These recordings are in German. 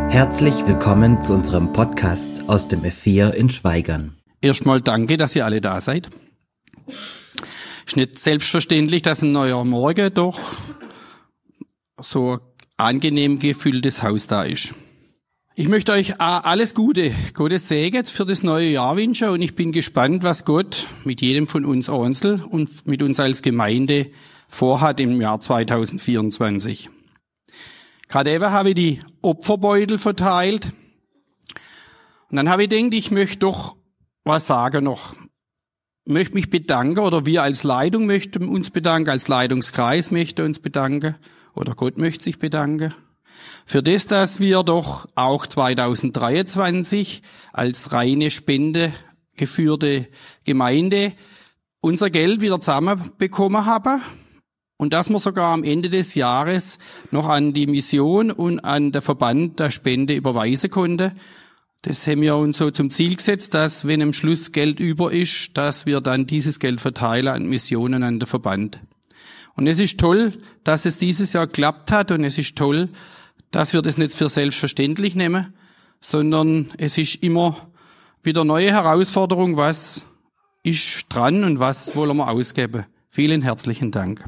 Herzlich willkommen zu unserem Podcast aus dem F4 in Schweigern. Erstmal danke, dass ihr alle da seid. Ist nicht selbstverständlich, dass ein neuer Morgen doch so ein angenehm gefülltes Haus da ist. Ich möchte euch alles Gute, Gottes Segen für das neue Jahr wünschen und ich bin gespannt, was Gott mit jedem von uns einzeln und mit uns als Gemeinde vorhat im Jahr 2024. Gerade eben habe ich die Opferbeutel verteilt und dann habe ich gedacht, ich möchte doch was sagen noch. Ich möchte mich bedanken oder wir als Leitung möchten uns bedanken, als Leitungskreis möchte uns bedanken oder Gott möchte sich bedanken für das, dass wir doch auch 2023 als reine Spende geführte Gemeinde unser Geld wieder zusammenbekommen haben und dass wir sogar am Ende des Jahres noch an die Mission und an den Verband der Spende überweisen konnten. Das haben wir uns so zum Ziel gesetzt, dass wenn am Schluss Geld über ist, dass wir dann dieses Geld verteilen an Missionen, an den Verband. Und es ist toll, dass es dieses Jahr geklappt hat und es ist toll, dass wir das nicht für selbstverständlich nehmen, sondern es ist immer wieder neue Herausforderung, was ist dran und was wollen wir ausgeben. Vielen herzlichen Dank.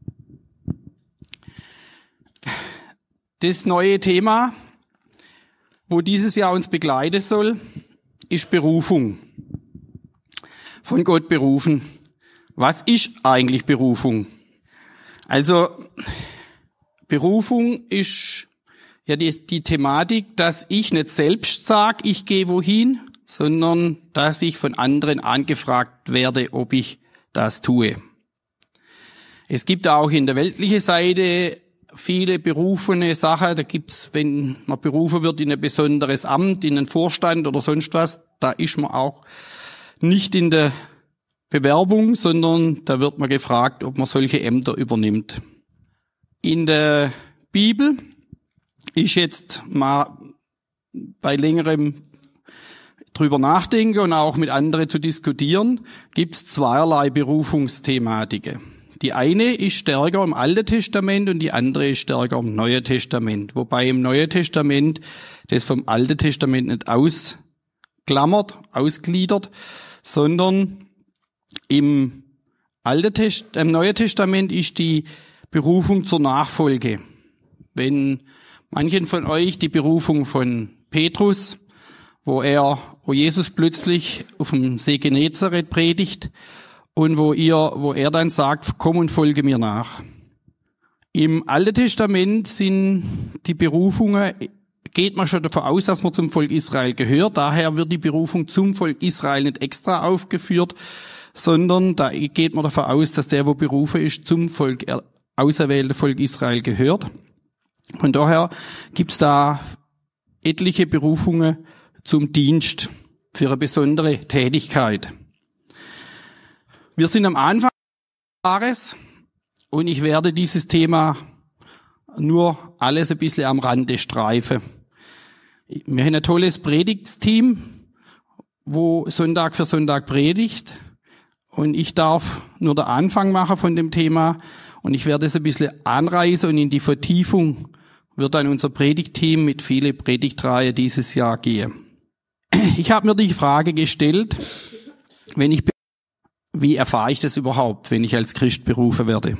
Das neue Thema, wo dieses Jahr uns begleiten soll, ist Berufung. Von Gott berufen. Was ist eigentlich Berufung? Also, Berufung ist ja die Thematik, dass ich nicht selbst sage, ich gehe wohin, sondern dass ich von anderen angefragt werde, ob ich das tue. Es gibt auch in der weltlichen Seite viele berufene Sachen. Da gibt's, wenn man berufen wird in ein besonderes Amt, in einen Vorstand oder sonst was, da ist man auch nicht in der Bewerbung, sondern da wird man gefragt, ob man solche Ämter übernimmt. In der Bibel ist jetzt mal bei längerem drüber nachdenken und auch mit anderen zu diskutieren, gibt's zweierlei Berufungsthematiken. Die eine ist stärker im Alten Testament und die andere ist stärker im Neuen Testament. Wobei im Neuen Testament das vom Alten Testament nicht ausgliedert, sondern im Neuen Testament ist die Berufung zur Nachfolge. Wenn manchen von euch die Berufung von Petrus, wo Jesus plötzlich auf dem See Genezareth predigt und wo er dann sagt, komm und folge mir nach. Im Alten Testament sind die Berufungen, geht man schon davon aus, dass man zum Volk Israel gehört. Daher wird die Berufung zum Volk Israel nicht extra aufgeführt, sondern da geht man davon aus, dass der, wo berufen ist, zum Volk, auserwählte Volk Israel gehört. Von daher gibt's da etliche Berufungen zum Dienst für eine besondere Tätigkeit. Wir sind am Anfang des Jahres und ich werde dieses Thema nur alles ein bisschen am Rande streifen. Wir haben ein tolles Predigtsteam, wo Sonntag für Sonntag predigt und ich darf nur den Anfang machen von dem Thema und ich werde es ein bisschen anreißen und in die Vertiefung wird dann unser Predigtteam mit vielen Predigtreihen dieses Jahr gehen. Ich habe mir die Frage gestellt, wie erfahre ich das überhaupt, wenn ich als Christ berufen werde?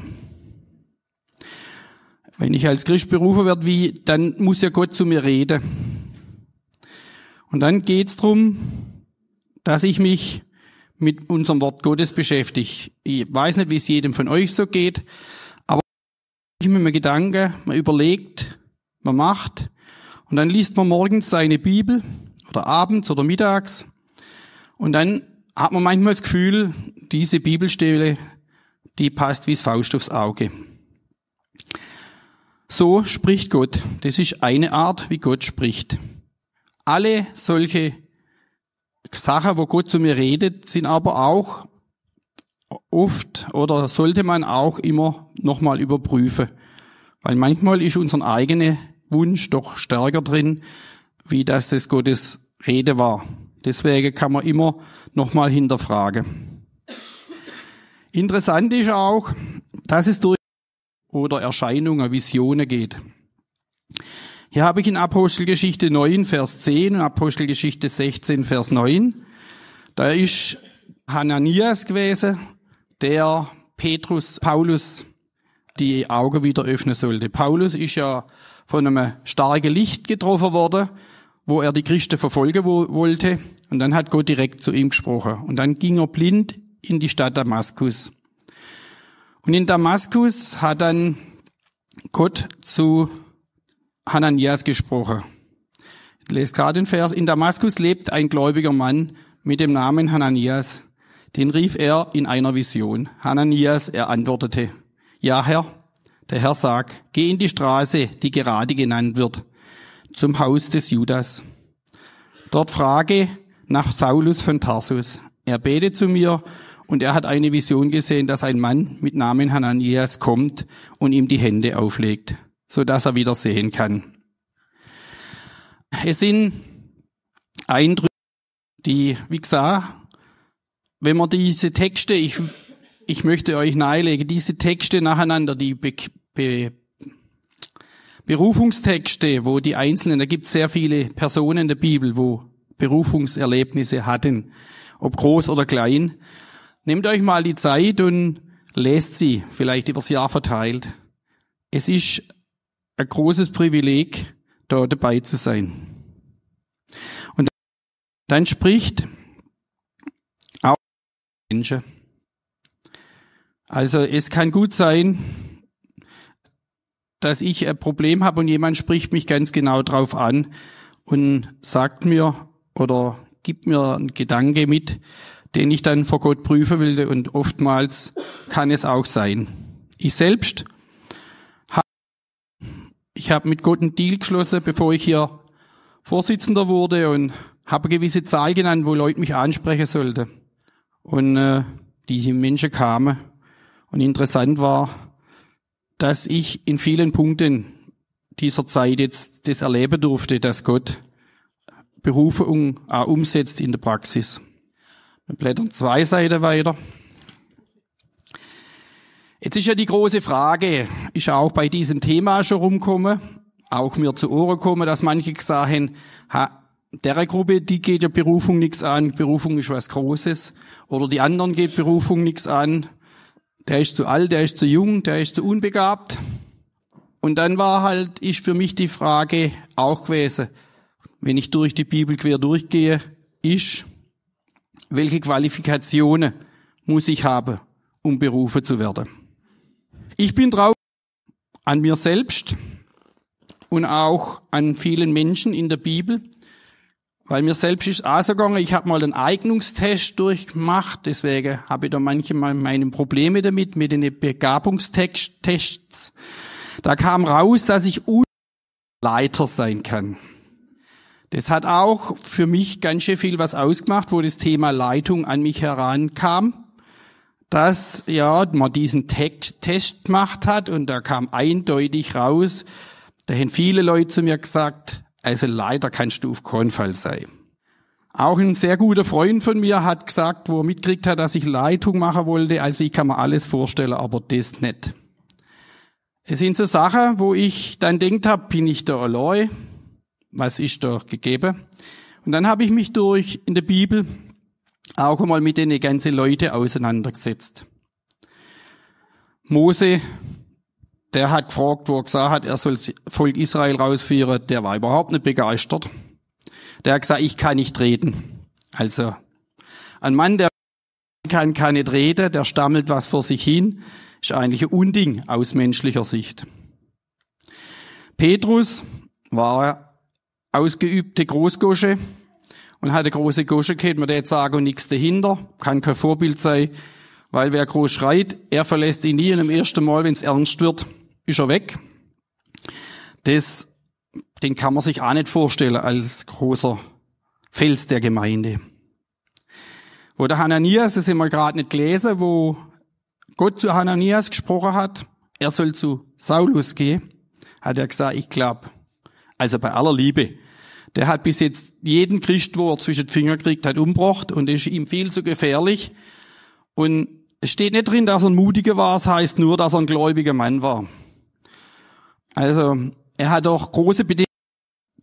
Wenn ich als Christ berufen werde, dann muss ja Gott zu mir reden. Und dann geht's darum, dass ich mich mit unserem Wort Gottes beschäftige. Ich weiß nicht, wie es jedem von euch so geht, aber ich mit mir Gedanken, man überlegt, man macht und dann liest man morgens seine Bibel oder abends oder mittags und dann hat man manchmal das Gefühl, diese Bibelstelle, die passt wie das Faust aufs Auge. So spricht Gott. Das ist eine Art, wie Gott spricht. Alle solche Sachen, wo Gott zu mir redet, sind aber auch oft oder sollte man auch immer nochmal überprüfen. Weil manchmal ist unser eigener Wunsch doch stärker drin, wie dass es Gottes Rede war. Deswegen kann man immer nochmal hinterfragen. Interessant ist auch, dass es durch oder Erscheinungen, Visionen geht. Hier habe ich in Apostelgeschichte 9, Vers 10 und Apostelgeschichte 16, Vers 9. Da ist Hananias gewesen, der Paulus die Augen wieder öffnen sollte. Paulus ist ja von einem starken Licht getroffen worden, wo er die Christen verfolgen wollte. Und dann hat Gott direkt zu ihm gesprochen. Und dann ging er blind in die Stadt Damaskus. Und in Damaskus hat dann Gott zu Hananias gesprochen. Ich lese gerade den Vers. In Damaskus lebt ein gläubiger Mann mit dem Namen Hananias. Den rief er in einer Vision. Hananias, er antwortete: Ja, Herr. Der Herr sagt: Geh in die Straße, die gerade genannt wird, zum Haus des Judas. Dort frage nach Saulus von Tarsus. Er betet zu mir und er hat eine Vision gesehen, dass ein Mann mit Namen Hananias kommt und ihm die Hände auflegt, so dass er wieder sehen kann. Es sind Eindrücke, die, wie gesagt, wenn man diese Texte, ich möchte euch nahelegen, diese Texte nacheinander, die Berufungstexte, wo die Einzelnen, da gibt es sehr viele Personen in der Bibel, wo Berufungserlebnisse hatten, ob groß oder klein. Nehmt euch mal die Zeit und lest sie, vielleicht übers Jahr verteilt. Es ist ein großes Privileg, da dabei zu sein. Und dann spricht auch Menschen. Also es kann gut sein, dass ich ein Problem habe und jemand spricht mich ganz genau drauf an und sagt mir oder gibt mir einen Gedanke mit, den ich dann vor Gott prüfen will, und oftmals kann es auch sein. Ich selbst habe mit Gott einen Deal geschlossen, bevor ich hier Vorsitzender wurde, und habe eine gewisse Zahl genannt, wo Leute mich ansprechen sollten. Und diese Menschen kamen. Und interessant war, dass ich in vielen Punkten dieser Zeit jetzt das erleben durfte, dass Gott Berufung auch umsetzt in der Praxis. Wir blättern 2 Seiten weiter. Jetzt ist ja die große Frage, ist ja auch bei diesem Thema schon rumgekommen, auch mir zu Ohren gekommen, dass manche gesagt haben, der Gruppe, die geht ja Berufung nichts an, Berufung ist was Großes, oder die anderen geht Berufung nichts an, der ist zu alt, der ist zu jung, der ist zu unbegabt. Und dann ist für mich die Frage auch gewesen, wenn ich durch die Bibel quer durchgehe, welche Qualifikationen muss ich haben, um berufen zu werden? Ich bin drauf an mir selbst und auch an vielen Menschen in der Bibel, weil mir selbst ist auch so gegangen, ich habe mal einen Eignungstest durchgemacht, deswegen habe ich da manchmal meine Probleme damit, mit den Begabungstests. Da kam raus, dass ich Leiter sein kann. Das hat auch für mich ganz schön viel was ausgemacht, wo das Thema Leitung an mich herankam, dass man diesen Test gemacht hat und da kam eindeutig raus, da haben viele Leute zu mir gesagt, also Leiter kannst du auf keinen Fall sein. Auch ein sehr guter Freund von mir hat gesagt, wo er mitgekriegt hat, dass ich Leitung machen wollte, also ich kann mir alles vorstellen, aber das nicht. Es sind so Sachen, wo ich dann gedacht habe, bin ich da allein? Was ist da gegeben? Und dann habe ich mich in der Bibel auch einmal mit den ganzen Leuten auseinandergesetzt. Mose, der hat gefragt, wo er gesagt hat, er soll das Volk Israel rausführen, der war überhaupt nicht begeistert. Der hat gesagt, ich kann nicht reden. Also, ein Mann, der kann nicht reden, der stammelt was vor sich hin, ist eigentlich ein Unding aus menschlicher Sicht. Petrus war ausgeübte Großgosche und hat eine große Gosche gehabt, man würde sagen, und nichts dahinter, kann kein Vorbild sein, weil wer groß schreit, er verlässt ihn nie, und am ersten Mal, wenn es ernst wird, ist er weg. Den kann man sich auch nicht vorstellen als großer Fels der Gemeinde. Wo der Hananias, das haben wir gerade nicht gelesen, wo Gott zu Hananias gesprochen hat, er soll zu Saulus gehen, hat er gesagt, ich glaube, also bei aller Liebe, der hat bis jetzt jeden Christ, wo er zwischen die Finger kriegt, hat umgebracht und ist ihm viel zu gefährlich. Und es steht nicht drin, dass er ein Mutiger war, es heißt nur, dass er ein gläubiger Mann war. Also, er hat auch große Bedingungen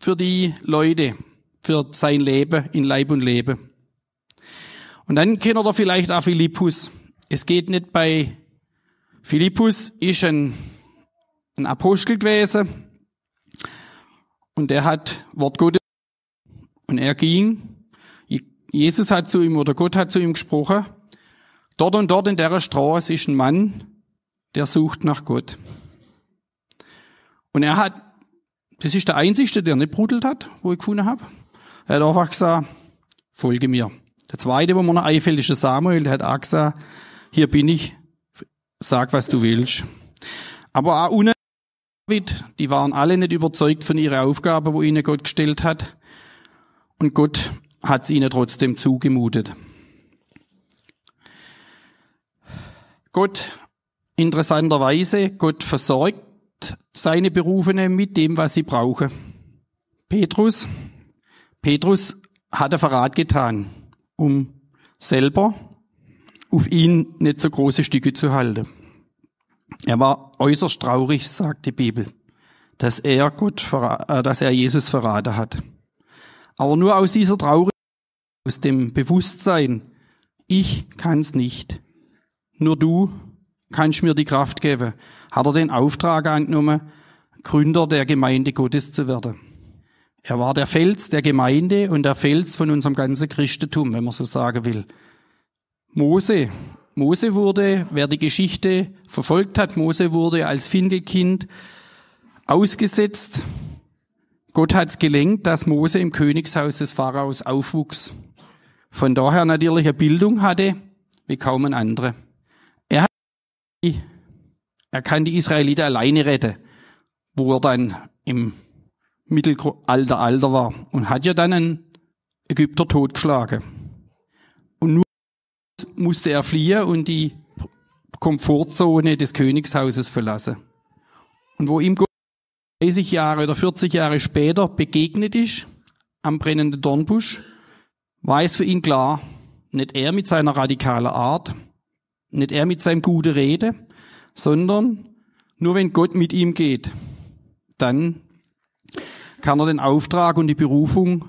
für die Leute, für sein Leben in Leib und Leben. Und dann kennt ihr vielleicht auch Philippus. Es geht nicht bei Philippus, ist ein Apostel gewesen und der hat Wort Gottes und er ging. Jesus hat zu ihm oder Gott hat zu ihm gesprochen. Dort und dort in der Straße ist ein Mann, der sucht nach Gott. Und das ist der Einzige, der nicht brudelt hat, wo ich gefunden habe. Er hat einfach gesagt, folge mir. Der Zweite, wo mir noch einfällt, ist der Samuel, der hat auch gesagt, hier bin ich, sag, was du willst. Aber auch ohne David, die waren alle nicht überzeugt von ihrer Aufgabe, wo ihnen Gott gestellt hat. Und Gott hat es ihnen trotzdem zugemutet. Gott, interessanterweise, Gott versorgt seine Berufenen mit dem, was sie brauchen. Petrus hat einen Verrat getan, um selber auf ihn nicht so große Stücke zu halten. Er war äußerst traurig, sagt die Bibel, dass er Jesus verraten hat. Aber nur aus dieser Traurigkeit, aus dem Bewusstsein, ich kann's nicht. Nur du kannst mir die Kraft geben, hat er den Auftrag angenommen, Gründer der Gemeinde Gottes zu werden. Er war der Fels der Gemeinde und der Fels von unserem ganzen Christentum, wenn man so sagen will. Mose wurde, wer die Geschichte verfolgt hat, Mose wurde als Findelkind ausgesetzt. Gott hat's gelenkt, dass Mose im Königshaus des Pharaos aufwuchs. Von daher natürlich eine Bildung hatte, wie kaum ein anderer. Er kann die Israeliten alleine retten, wo er dann im Mittelalter war und hat ja dann einen Ägypter totgeschlagen. Und nur musste er fliehen und die Komfortzone des Königshauses verlassen. Und wo ihm Gott 30 Jahre oder 40 Jahre später begegnet ist, am brennenden Dornbusch, war es für ihn klar, nicht er mit seiner radikalen Art, nicht er mit seinem guten Rede, sondern nur wenn Gott mit ihm geht, dann kann er den Auftrag und die Berufung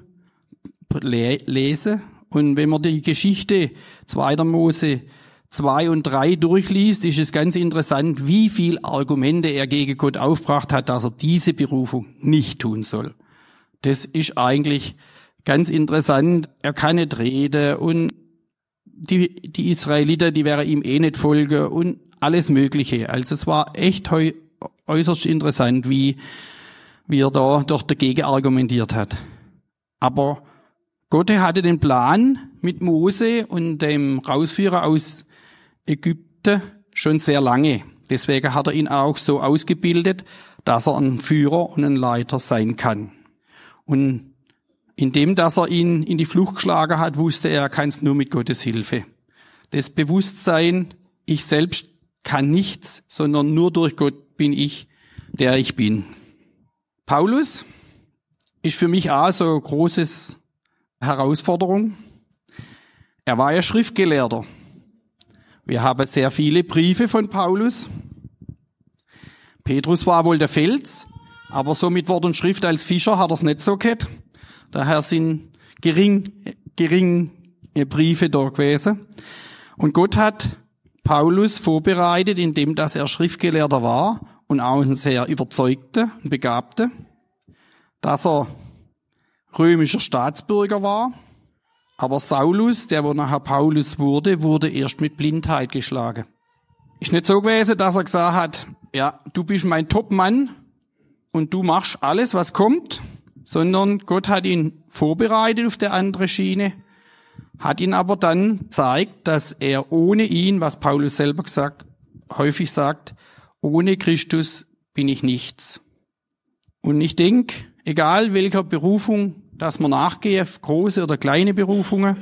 lesen. Und wenn man die Geschichte 2. Mose 2 und 3 durchliest, ist es ganz interessant, wie viel Argumente er gegen Gott aufgebracht hat, dass er diese Berufung nicht tun soll. Das ist eigentlich ganz interessant. Er kann nicht reden und die Israeliten, die wären ihm nicht folgen und alles Mögliche. Also es war echt äußerst interessant, wie er da doch dagegen argumentiert hat. Aber Gott hatte den Plan mit Mose und dem Rausführer aus Ägypten schon sehr lange. Deswegen hat er ihn auch so ausgebildet, dass er ein Führer und ein Leiter sein kann. Und indem, dass er ihn in die Flucht geschlagen hat, wusste er kann es nur mit Gottes Hilfe. Das Bewusstsein, ich selbst kann nichts, sondern nur durch Gott bin ich, der ich bin. Paulus ist für mich auch so eine große Herausforderung. Er war ja Schriftgelehrter. Wir haben sehr viele Briefe von Paulus. Petrus war wohl der Fels, aber so mit Wort und Schrift als Fischer hat er es nicht so gehabt. Daher sind gering Briefe da gewesen. Und Gott hat Paulus vorbereitet, indem dass er Schriftgelehrter war und auch ein sehr überzeugter und begabter, dass er römischer Staatsbürger war. Aber Saulus, der wo nachher Paulus wurde erst mit Blindheit geschlagen. Ist nicht so gewesen, dass er gesagt hat, ja, du bist mein Topmann und du machst alles, was kommt, sondern Gott hat ihn vorbereitet auf der andere Schiene, hat ihn aber dann gezeigt, dass er ohne ihn, was Paulus selber häufig sagt, ohne Christus bin ich nichts. Und ich denke, egal welcher Berufung, dass man nachgehe, große oder kleine Berufungen,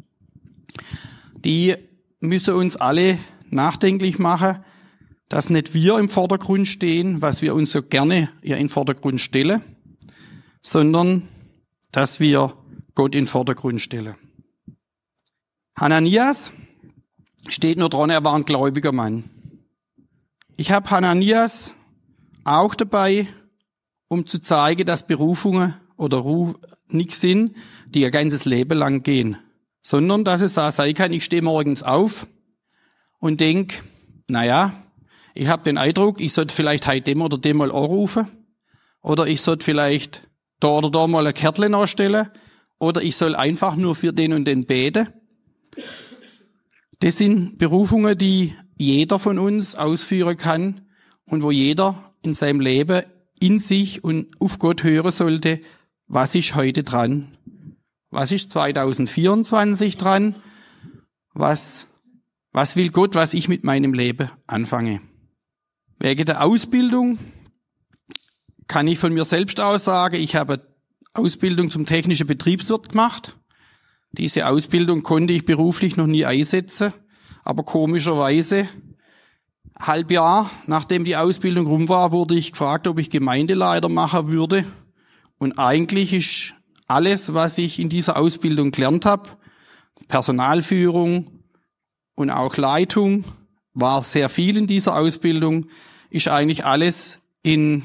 die müssen uns alle nachdenklich machen, dass nicht wir im Vordergrund stehen, was wir uns so gerne in den Vordergrund stellen, sondern dass wir Gott in den Vordergrund stellen. Hananias steht nur dran, er war ein gläubiger Mann. Ich habe Hananias auch dabei, um zu zeigen, dass Berufungen oder nichts sind, die ihr ganzes Leben lang gehen. Sondern, dass es so sein kann, ich stehe morgens auf und denk, naja, ich habe den Eindruck, ich sollte vielleicht heute dem oder dem mal anrufen. Oder ich sollte vielleicht da oder da mal ein Kärtchen anstellen. Oder ich soll einfach nur für den und den beten. Das sind Berufungen, die jeder von uns ausführen kann und wo jeder in seinem Leben in sich und auf Gott hören sollte, was ist heute dran? Was ist 2024 dran? Was will Gott, was ich mit meinem Leben anfange? Wegen der Ausbildung kann ich von mir selbst aus sagen, ich habe Ausbildung zum technischen Betriebswirt gemacht. Diese Ausbildung konnte ich beruflich noch nie einsetzen, aber komischerweise, ein halbes Jahr nachdem die Ausbildung rum war, wurde ich gefragt, ob ich Gemeindeleiter machen würde. Und eigentlich ist alles, was ich in dieser Ausbildung gelernt habe, Personalführung und auch Leitung, war sehr viel in dieser Ausbildung, ist eigentlich alles in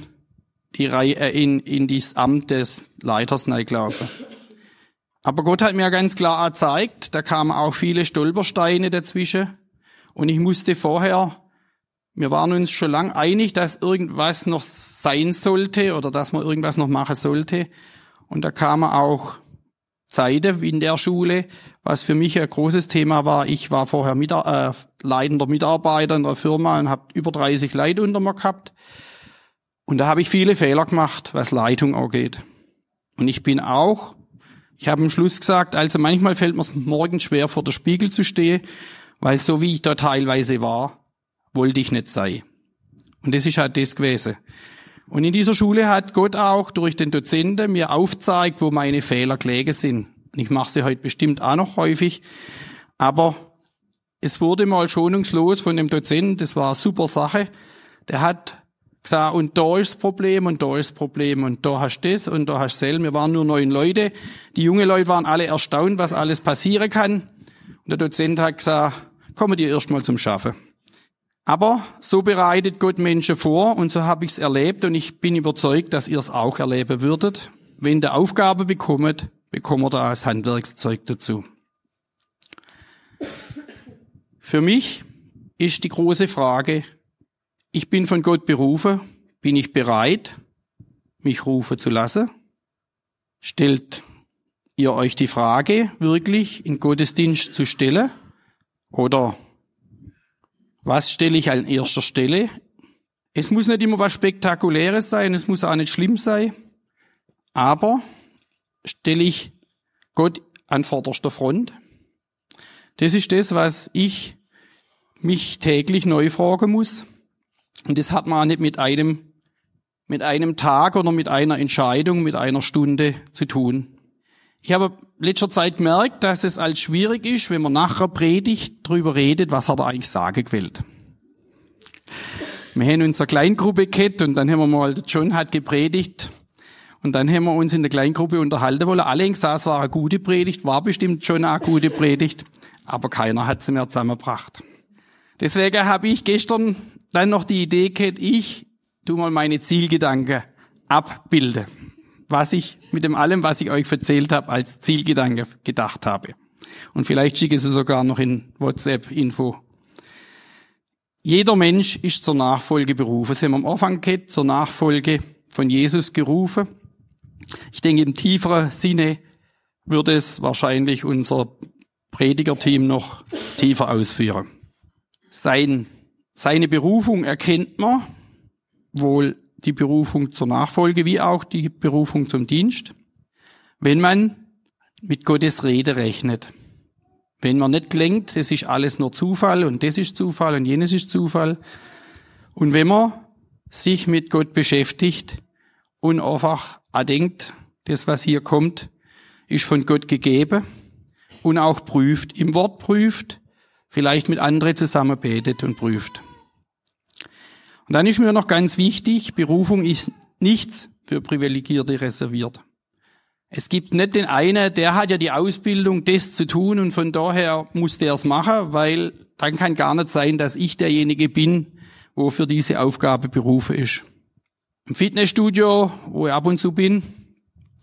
dieses Amt des Leiters reingelaufen. Aber Gott hat mir ganz klar gezeigt, da kamen auch viele Stolpersteine dazwischen. Und ich musste vorher, wir waren uns schon lange einig, dass irgendwas noch sein sollte oder dass man irgendwas noch machen sollte. Und da kamen auch Zeiten in der Schule, was für mich ein großes Thema war. Ich war vorher leitender Mitarbeiter in der Firma und habe über 30 Leute unter mir gehabt. Und da habe ich viele Fehler gemacht, was Leitung angeht. Und ich habe am Schluss gesagt, also manchmal fällt mir morgens schwer, vor der Spiegel zu stehen, weil so wie ich da teilweise war, wollte ich nicht sein. Und das ist halt das gewesen. Und in dieser Schule hat Gott auch durch den Dozenten mir aufgezeigt, wo meine Fehler gelegen sind. Und ich mache sie heute bestimmt auch noch häufig. Aber es wurde mal schonungslos von dem Dozenten, das war eine super Sache. Der hat gesagt, und da ist das Problem und da ist das Problem und da hast du das und da hast du das. Wir waren nur 9 Leute. Die jungen Leute waren alle erstaunt, was alles passieren kann. Und der Dozent hat gesagt, kommen die erst mal zum Schaffen. Aber so bereitet Gott Menschen vor und so habe ich es erlebt und ich bin überzeugt, dass ihr es auch erleben würdet. Wenn ihr Aufgabe bekommt ihr da das Handwerkszeug dazu. Für mich ist die große Frage, ich bin von Gott berufen, bin ich bereit, mich rufen zu lassen? Stellt ihr euch die Frage, wirklich in Gottesdienst zu stellen? Oder was stelle ich an erster Stelle? Es muss nicht immer was Spektakuläres sein, es muss auch nicht schlimm sein, aber stelle ich Gott an vorderster Front? Das ist das, was ich mich täglich neu fragen muss. Und das hat man auch nicht mit einem Tag oder mit einer Entscheidung, mit einer Stunde zu tun. Ich habe in letzter Zeit gemerkt, dass es als schwierig ist, wenn man nachher predigt, darüber redet, was hat er eigentlich sagen gewollt. Wir haben unsere Kleingruppe gehabt und dann haben wir mal, der John hat gepredigt und dann haben wir uns in der Kleingruppe unterhalten wollen. Alle haben gesagt, es war eine gute Predigt, war bestimmt schon eine gute Predigt, aber keiner hat sie mehr zusammengebracht. Deswegen habe ich gestern dann noch die Idee gehabt, ich tu mal meine Zielgedanken abbilden. Was ich mit dem allem, was ich euch erzählt habe, als Zielgedanke gedacht habe. Und vielleicht schicke ich es sogar noch in WhatsApp-Info. Jeder Mensch ist zur Nachfolge berufen. Das haben wir am Anfang gehabt, zur Nachfolge von Jesus gerufen. Ich denke, im tieferen Sinne würde es wahrscheinlich unser Predigerteam noch tiefer ausführen. Seine Berufung erkennt man, wohl die Berufung zur Nachfolge wie auch die Berufung zum Dienst, wenn man mit Gottes Rede rechnet. Wenn man nicht denkt, das ist alles nur Zufall und das ist Zufall und jenes ist Zufall. Und wenn man sich mit Gott beschäftigt und einfach denkt, das, was hier kommt, ist von Gott gegeben und auch prüft, im Wort prüft, vielleicht mit anderen zusammen betet und prüft. Und dann ist mir noch ganz wichtig, Berufung ist nichts für Privilegierte reserviert. Es gibt nicht den einen, der hat ja die Ausbildung, das zu tun und von daher muss der es machen, weil dann kann gar nicht sein, dass ich derjenige bin, wo für diese Aufgabe berufen ist. Im Fitnessstudio, wo ich ab und zu bin,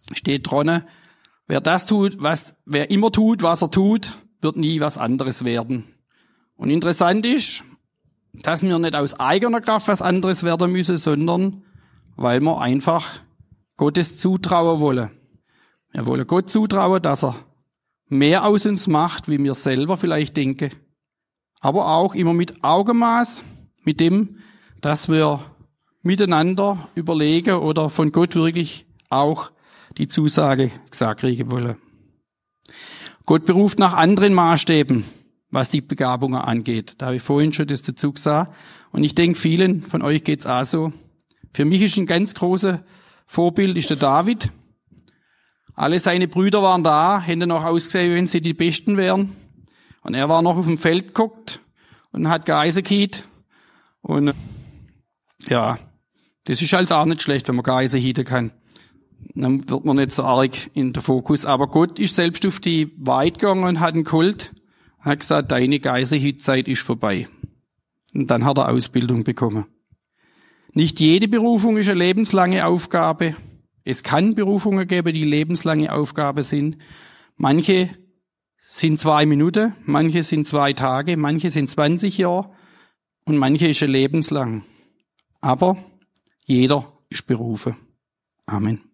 steht dran, wer immer tut, was er tut, wird nie was anderes werden. Und interessant ist, dass wir nicht aus eigener Kraft was anderes werden müssen, sondern weil wir einfach Gottes zutrauen wollen. Wir wollen Gott zutrauen, dass er mehr aus uns macht, wie wir selber vielleicht denken. Aber auch immer mit Augenmaß, mit dem, dass wir miteinander überlegen oder von Gott wirklich auch die Zusage gesagt kriegen wollen. Gott beruft nach anderen Maßstäben, was die Begabungen angeht. Da habe ich vorhin schon das dazu gesagt. Und ich denke, vielen von euch geht's auch so. Für mich ist ein ganz großes Vorbild ist der David. Alle seine Brüder waren da, hätten noch ausgesehen, wenn sie die Besten wären. Und er war noch auf dem Feld geguckt und hat geeisert. Und ja, das ist also auch nicht schlecht, wenn man geeisert kann. Dann wird man nicht so arg in der Fokus. Aber Gott ist selbst auf die Weide gegangen und hat ihn geholt. Hat gesagt, deine Geiselhitzeit ist vorbei. Und dann hat er Ausbildung bekommen. Nicht jede Berufung ist eine lebenslange Aufgabe. Es kann Berufungen geben, die lebenslange Aufgabe sind. Manche sind 2 Minuten, manche sind 2 Tage, manche sind 20 Jahre und manche ist lebenslang. Aber jeder ist berufen. Amen.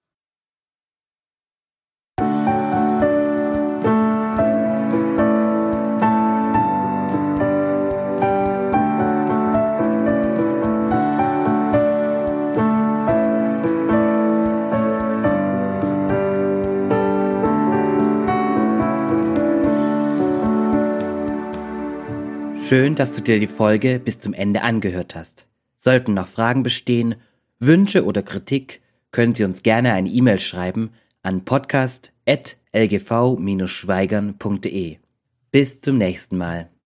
Schön, dass du dir die Folge bis zum Ende angehört hast. Sollten noch Fragen bestehen, Wünsche oder Kritik, können Sie uns gerne eine E-Mail schreiben an podcast@lgv-schweigern.de. Bis zum nächsten Mal.